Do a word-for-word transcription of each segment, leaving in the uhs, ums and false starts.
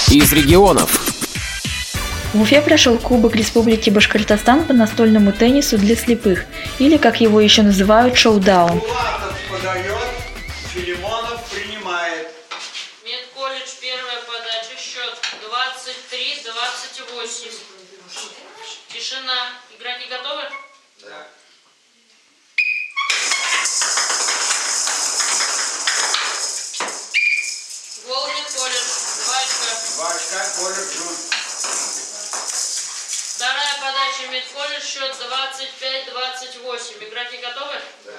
из регионов. В Уфе прошел Кубок Республики Башкортостан по настольному теннису для слепых, или, как его еще называют, шоу-даун. Булатов подает, Филимонов принимает. Медколледж, первая подача, счет двадцать три двадцать восемь. Тишина. Игроки готовы? Да. Гол Медколледж. Два очка. Два очка, колледж Джун. Вторая подача Медколледж, счет двадцать пять двадцать восемь. Игроки готовы? Да.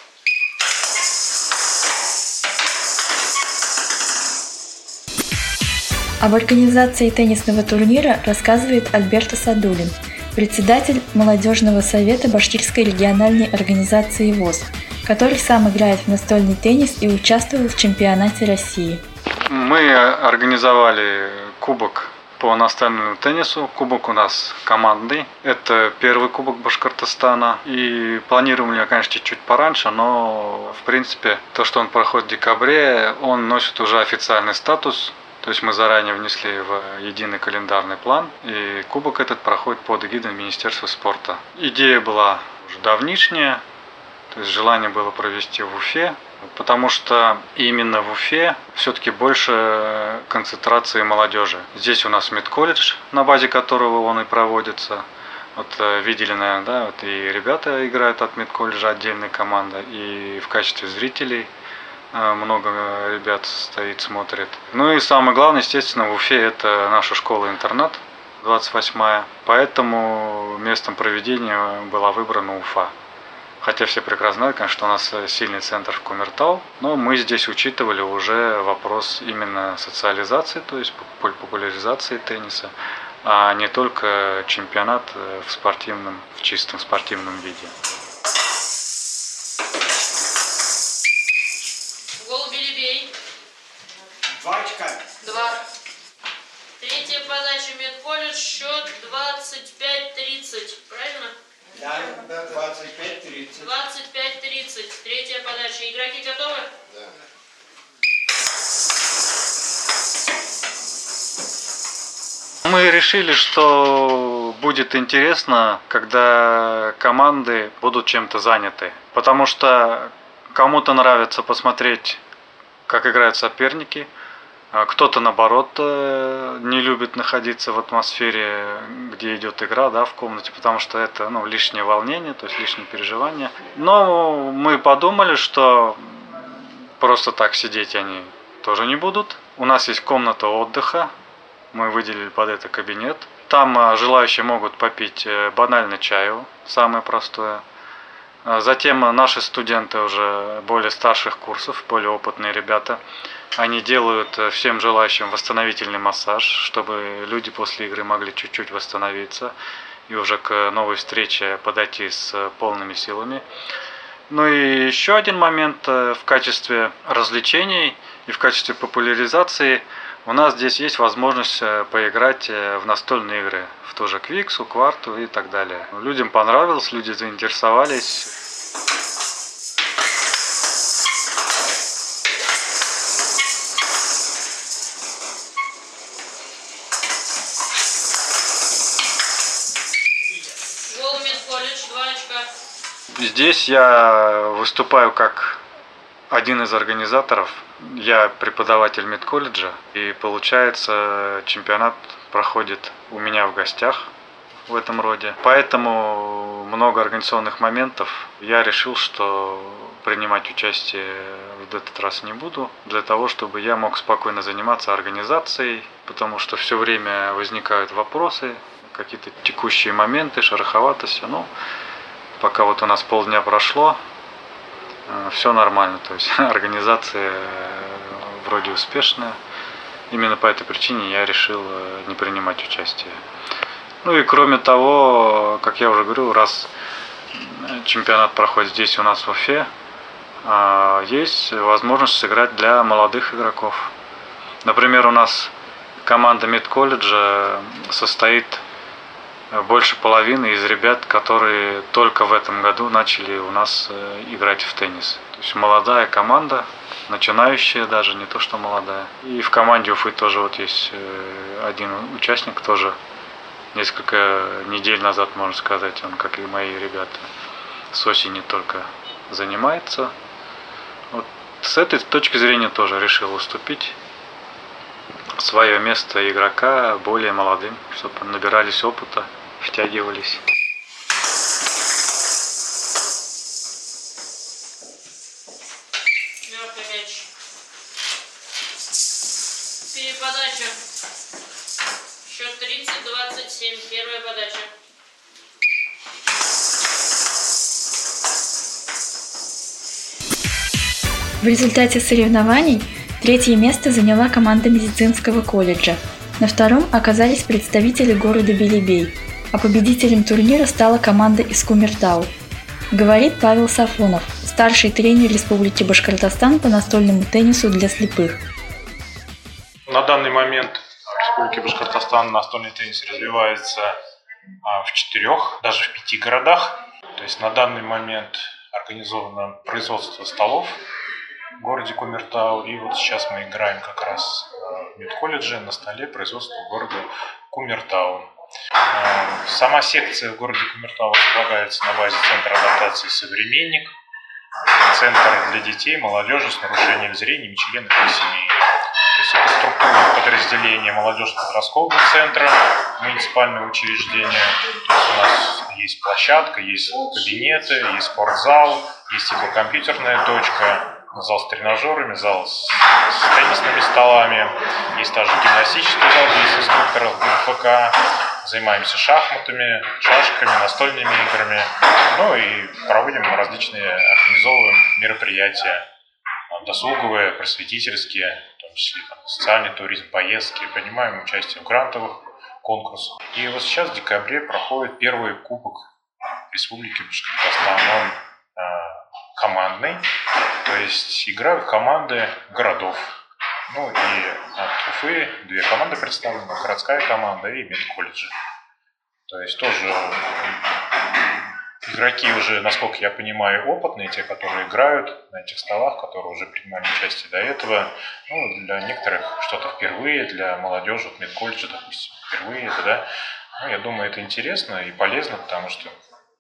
Об организации теннисного турнира рассказывает Альберто Садулин, председатель молодежного совета Башкирской региональной организации ВОС, который сам играет в настольный теннис и участвовал в чемпионате России. Мы организовали кубок по настольному теннису. Кубок у нас командный. Это первый кубок Башкортостана. И планировали, конечно, чуть-чуть пораньше, но в принципе то, что он проходит в декабре, он носит уже официальный статус. То есть мы заранее внесли в единый календарный план, и кубок этот проходит под эгидой Министерства спорта. Идея была уже давнишняя, то есть желание было провести в Уфе, потому что именно в Уфе все-таки больше концентрации молодежи. Здесь у нас медколледж, на базе которого он и проводится. Вот видели, наверное, да, вот и ребята играют от медколледжа, отдельная команда, и в качестве зрителей много ребят стоит, смотрит. Ну и самое главное, естественно, в Уфе это наша школа-интернат, двадцать восьмая. Поэтому местом проведения была выбрана Уфа. Хотя все прекрасно знают, конечно, что у нас сильный центр в Кумертау, но мы здесь учитывали уже вопрос именно социализации, то есть популяризации тенниса, а не только чемпионат в спортивном, в чистом спортивном виде. Гол Белебей. Два очка. Два. Третья подача Медколледж, счет двадцать пять тридцать. Правильно? Да, двадцать пять тридцать. двадцать пять тридцать. Третья подача. Игроки готовы? Да. Мы решили, что будет интересно, когда команды будут чем-то заняты. Потому что кому-то нравится посмотреть, как играют соперники, кто-то, наоборот, не любит находиться в атмосфере, где идет игра, да, в комнате, потому что это, ну, лишнее волнение, то есть лишние переживания. Но мы подумали, что просто так сидеть они тоже не будут. У нас есть комната отдыха, мы выделили под это кабинет. Там желающие могут попить банально чаю, самое простое. Затем наши студенты уже более старших курсов, более опытные ребята, они делают всем желающим восстановительный массаж, чтобы люди после игры могли чуть-чуть восстановиться и уже к новой встрече подойти с полными силами. Ну и еще один момент в качестве развлечений и в качестве популяризации у нас здесь есть возможность поиграть в настольные игры, в ту же Квиксу, Кварту и так далее. Людям понравилось, люди заинтересовались. Гол Медколледж, два очка. Здесь я выступаю как один из организаторов. Я преподаватель медколледжа, и получается чемпионат проходит у меня в гостях в этом роде. Поэтому много организационных моментов. Я решил, что принимать участие в этот раз не буду, для того, чтобы я мог спокойно заниматься организацией, потому что все время возникают вопросы, какие-то текущие моменты, шероховатости. Ну, пока вот у нас полдня прошло, все нормально, то есть организация вроде успешная. Именно по этой причине я решил не принимать участие. Ну и кроме того, как я уже говорил, раз чемпионат проходит здесь у нас в Уфе, есть возможность сыграть для молодых игроков. Например, у нас команда медколледжа состоит больше половины из ребят, которые только в этом году начали у нас играть в теннис. То есть молодая команда, начинающая даже, не то что молодая. И в команде Уфы тоже вот есть один участник, тоже несколько недель назад, можно сказать, он, как и мои ребята, с осени только занимается. Вот с этой точки зрения тоже решил уступить свое место игрока более молодым, чтобы набирались опыта, втягивались. Мертвый мяч. Переподача. Счет тридцать двадцать семь. Первая подача. В результате соревнований третье место заняла команда медицинского колледжа. На втором оказались представители города Белебей, а победителем турнира стала команда из Кумертау. Говорит Павел Сафонов, старший тренер Республики Башкортостан по настольному теннису для слепых. На данный момент в Республике Башкортостан настольный теннис развивается в четырех, даже в пяти городах. То есть на данный момент организовано производство столов в городе Кумертау. И вот сейчас мы играем как раз в медколледже на столе производства города Кумертау. Сама секция в городе Кумертау располагается на базе Центра адаптации «Современник», центр для детей, молодежи с нарушением зрения, членов их семей. То есть это структурное подразделение молодежно-подросткового центра, муниципальное учреждение. То есть у нас есть площадка, есть кабинеты, есть спортзал, есть игрокомпьютерная точка, зал с тренажерами, зал с, с теннисными столами, есть также гимнастический зал, где есть инструкторы ГФК, занимаемся шахматами, шашками, настольными играми, ну и проводим различные, организовываем мероприятия, досуговые, просветительские, в том числе там, социальный туризм, поездки, принимаем участие в грантовых конкурсах. И вот сейчас в декабре проходит первый кубок Республики Башкортостан. Он э, командный, то есть играют команды городов. Ну и от Уфы две команды представлены, городская команда и медколледжи. То есть тоже игроки уже, насколько я понимаю, опытные, те, которые играют на этих столах, которые уже принимали участие до этого. Ну, для некоторых что-то впервые, для молодежи, вот медколледжа, допустим, впервые это, да. Ну, я думаю, это интересно и полезно, потому что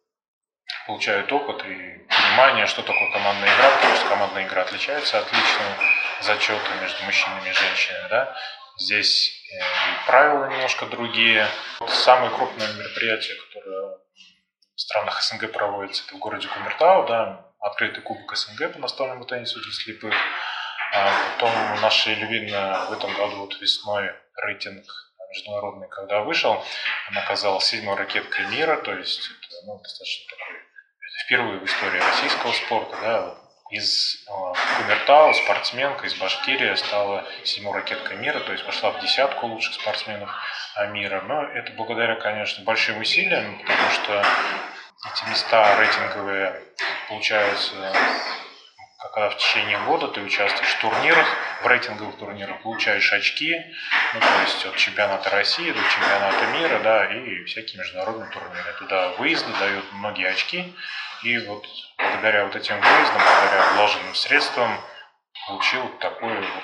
получают опыт и понимание, что такое командная игра, потому что командная игра отличается от личного зачета между мужчинами и женщинами, да. Здесь и правила немножко другие. Самое крупное мероприятие, которое в странах СНГ проводится, это в городе Кумертау, да, открытый кубок СНГ по настольному теннису для слепых. А потом наши львиная в этом году вот весной рейтинг международный, когда вышел, она оказалась седьмой ракеткой мира, то есть это ну, достаточно такой, это впервые в истории российского спорта, да, из э, Кумертау спортсменка из Башкирии стала седьмой ракеткой мира, то есть вошла в десятку лучших спортсменов мира. Но это благодаря, конечно, большим усилиям, потому что эти места рейтинговые получаются, когда в течение года ты участвуешь в турнирах, в рейтинговых турнирах, получаешь очки, ну, то есть от чемпионата России до чемпионата мира, да, и всякие международные турниры. Туда выезды дают многие очки, и вот благодаря вот этим выездам, благодаря вложенным средствам получил такое вот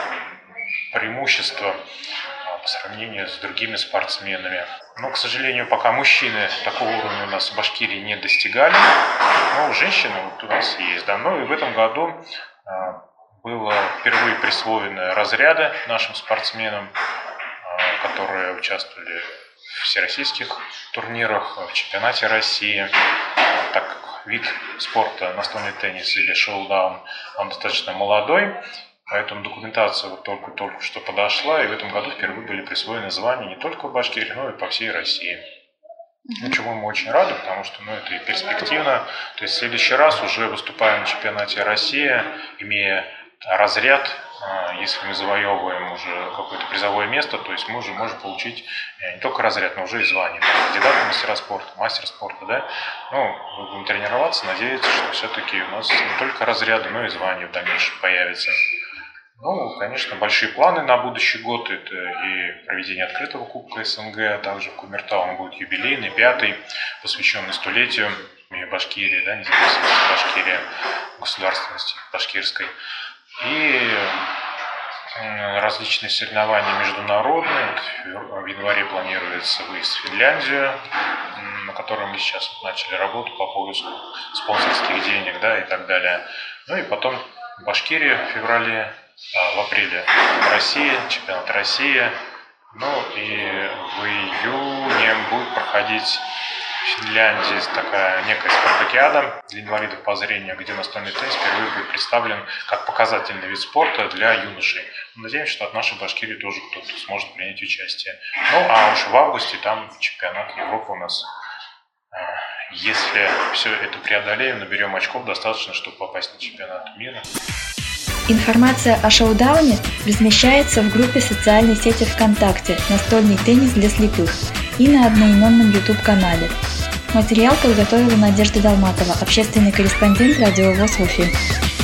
преимущество по сравнению с другими спортсменами. Но, к сожалению, пока мужчины такого уровня у нас в Башкирии не достигали, но женщины вот у нас есть. Да. Ну и в этом году было впервые присвоены разряды нашим спортсменам, которые участвовали в всероссийских турнирах, в чемпионате России, так как вид спорта настольный теннис или шоу-даун, он достаточно молодой, поэтому документация вот только-только что подошла, и в этом году впервые были присвоены звания не только в Башкирии, но и по всей России. Ну, чему мы очень рады, потому что ну, это и перспективно. То есть в следующий раз уже выступаем на чемпионате России, имея разряд, если мы завоевываем уже какое-то призовое место, то есть мы уже можем получить не только разряд, но уже и звание. Кандидат в мастера спорта, мастер спорта, да. Ну, мы будем тренироваться, надеяться, что все-таки у нас не только разряды, но и звания в дальнейшем появятся. Ну, конечно, большие планы на будущий год. Это и проведение открытого кубка СНГ, а также в Кумертау он будет юбилейный, пятый, посвященный столетию Башкирии, да, независимости Башкирии, государственности башкирской. И различные соревнования международные. В январе планируется выезд в Финляндию, на котором мы сейчас начали работу по поиску спонсорских денег, да, и так далее. Ну и потом Башкирия в феврале, а в апреле Россия, чемпионат России. Ну и в июне будет проходить в Финляндии такая некая спартакиада для инвалидов по зрению, где настольный теннис впервые будет представлен как показательный вид спорта для юношей. Надеемся, что от нашей Башкирии тоже кто-то сможет принять участие. Ну а уж в августе там чемпионат Европы у нас. Если все это преодолеем, наберем очков достаточно, чтобы попасть на чемпионат мира. Информация о шоудауне размещается в группе социальной сети ВКонтакте «Настольный теннис для слепых» и на одноименном YouTube-канале. Материал подготовила Надежда Долматова, общественный корреспондент Радио ВОС в Уфе.